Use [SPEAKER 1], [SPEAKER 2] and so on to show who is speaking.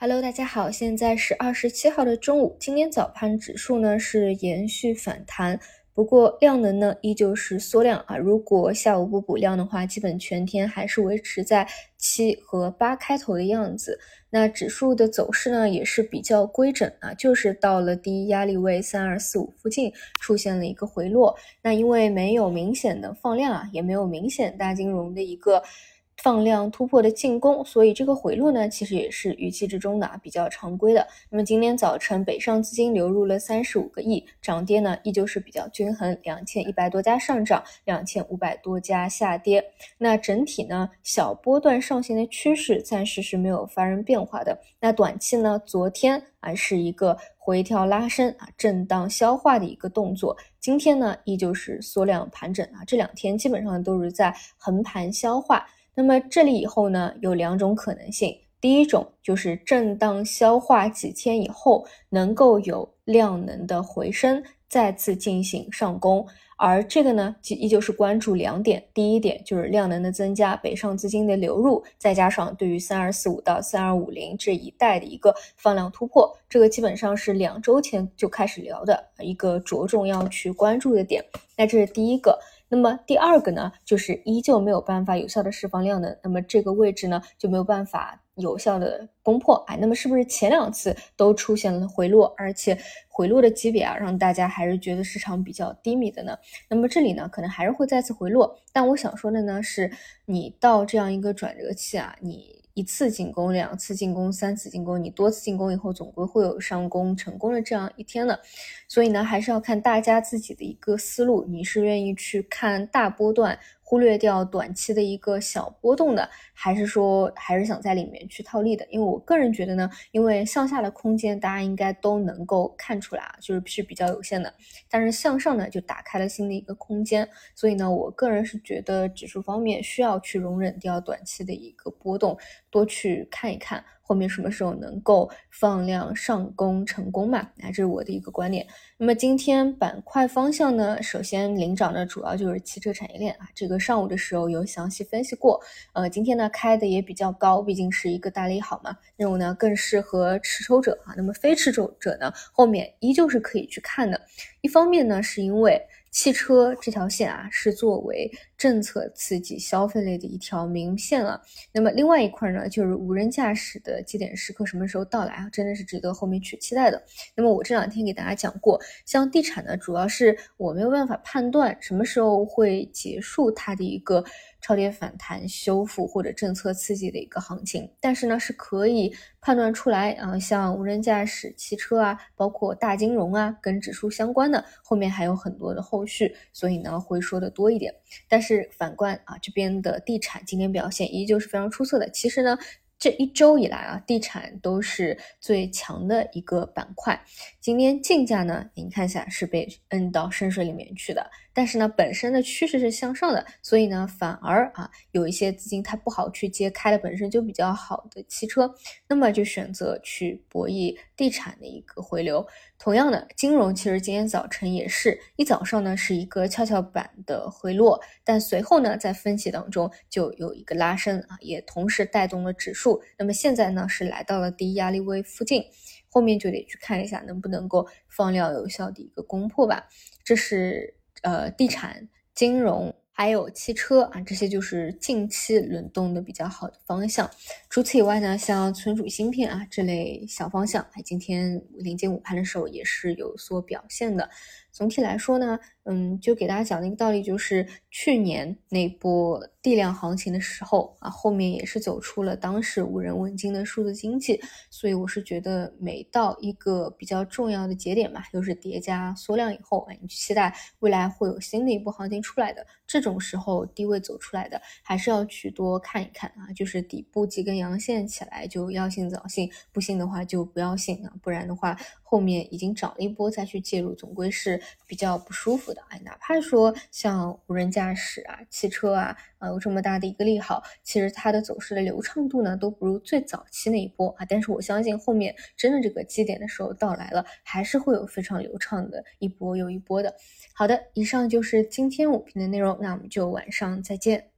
[SPEAKER 1] Hello，大家好，现在是27号的中午。今天早盘指数呢是延续反弹，不过量能呢依旧是缩量啊。如果下午不补量的话，基本全天还是维持在7和8开头的样子。那指数的走势呢也是比较规整啊，就是到了第一压力位3245附近出现了一个回落。那因为没有明显的放量啊，也没有明显大金融的一个放量突破的进攻，所以这个回落呢其实也是预期之中的比较常规的。那么今天早晨北上资金流入了35个亿，涨跌呢依旧是比较均衡，2100多家上涨，2500多家下跌。那整体呢小波段上行的趋势暂时是没有发生变化的。那短期呢昨天是一个回调拉升震荡消化的一个动作，今天呢依旧是缩量盘整这两天基本上都是在横盘消化。那么这里以后呢有两种可能性，第一种就是震荡消化几天以后能够有量能的回升，再次进行上攻，而这个呢依旧是关注两点，第一点就是量能的增加，北上资金的流入，再加上对于3245到3250这一带的一个放量突破，这个基本上是2周前就开始聊的一个着重要去关注的点。那这是第一个。那么第二个呢就是依旧没有办法有效的释放量能，那么这个位置呢就没有办法有效的攻破那么是不是前两次都出现了回落，而且回落的级别让大家还是觉得市场比较低迷的呢？那么这里呢可能还是会再次回落，但我想说的呢是你到这样一个转折期你一次进攻、2次进攻、3次进攻，你多次进攻以后总归会有上攻成功的这样一天的。所以呢还是要看大家自己的一个思路，你是愿意去看大波段忽略掉短期的一个小波动的，还是说还是想在里面去套利的？因为我个人觉得呢，因为向下的空间大家应该都能够看出来就是比较有限的，但是向上呢就打开了新的一个空间，所以呢我个人是觉得指数方面需要去容忍掉短期的一个波动，多去看一看后面什么时候能够放量上攻成功嘛，这是我的一个观点。那么今天板块方向呢，首先领涨的主要就是汽车产业链这个上午的时候有详细分析过，今天呢开的也比较高，毕竟是一个大利好嘛，这种呢更适合持筹者那么非持筹者呢后面依旧是可以去看的。一方面呢是因为汽车这条线是作为政策刺激消费类的一条明线了，那么另外一块呢就是无人驾驶的基点时刻什么时候到来真的是值得后面去期待的。那么我这两天给大家讲过，像地产呢主要是我没有办法判断什么时候会结束它的一个超跌反弹修复或者政策刺激的一个行情，但是呢是可以判断出来像无人驾驶、汽车包括大金融跟指数相关的后面还有很多的后续，所以呢会说的多一点。但是反观这边的地产今天表现依旧是非常出色的，其实呢这一周以来地产都是最强的一个板块。今天竞价呢您看一下是被摁到深水里面去的，但是呢本身的趋势是向上的，所以呢反而有一些资金它不好去接开的本身就比较好的汽车，那么就选择去博弈地产的一个回流。同样的金融其实今天早晨也是一早上呢是一个跷跷板的回落，但随后呢在分析当中就有一个拉升也同时带动了指数，那么现在呢是来到了第一压力位附近，后面就得去看一下能不能够放量有效的一个攻破吧。这是地产、金融还有汽车这些就是近期轮动的比较好的方向。除此以外呢，像存储芯片这类小方向今天临近午盘的时候也是有所表现的。总体来说呢就给大家讲的一个道理，就是去年那波地量行情的时候后面也是走出了当时无人问津的数字经济，所以我是觉得每到一个比较重要的节点嘛，又是叠加缩量以后你期待未来会有新的一波行情出来的，这种时候低位走出来的还是要去多看一看就是底部几根阳线起来就要信早信，不信的话就不要信不然的话后面已经涨了一波再去介入总归是比较不舒服的哪怕说像无人驾驶汽车有这么大的一个利好，其实它的走势的流畅度呢都不如最早期那一波但是我相信后面真的这个基点的时候到来了，还是会有非常流畅的一波又一波的。好的，以上就是今天午评的内容，那我们就晚上再见。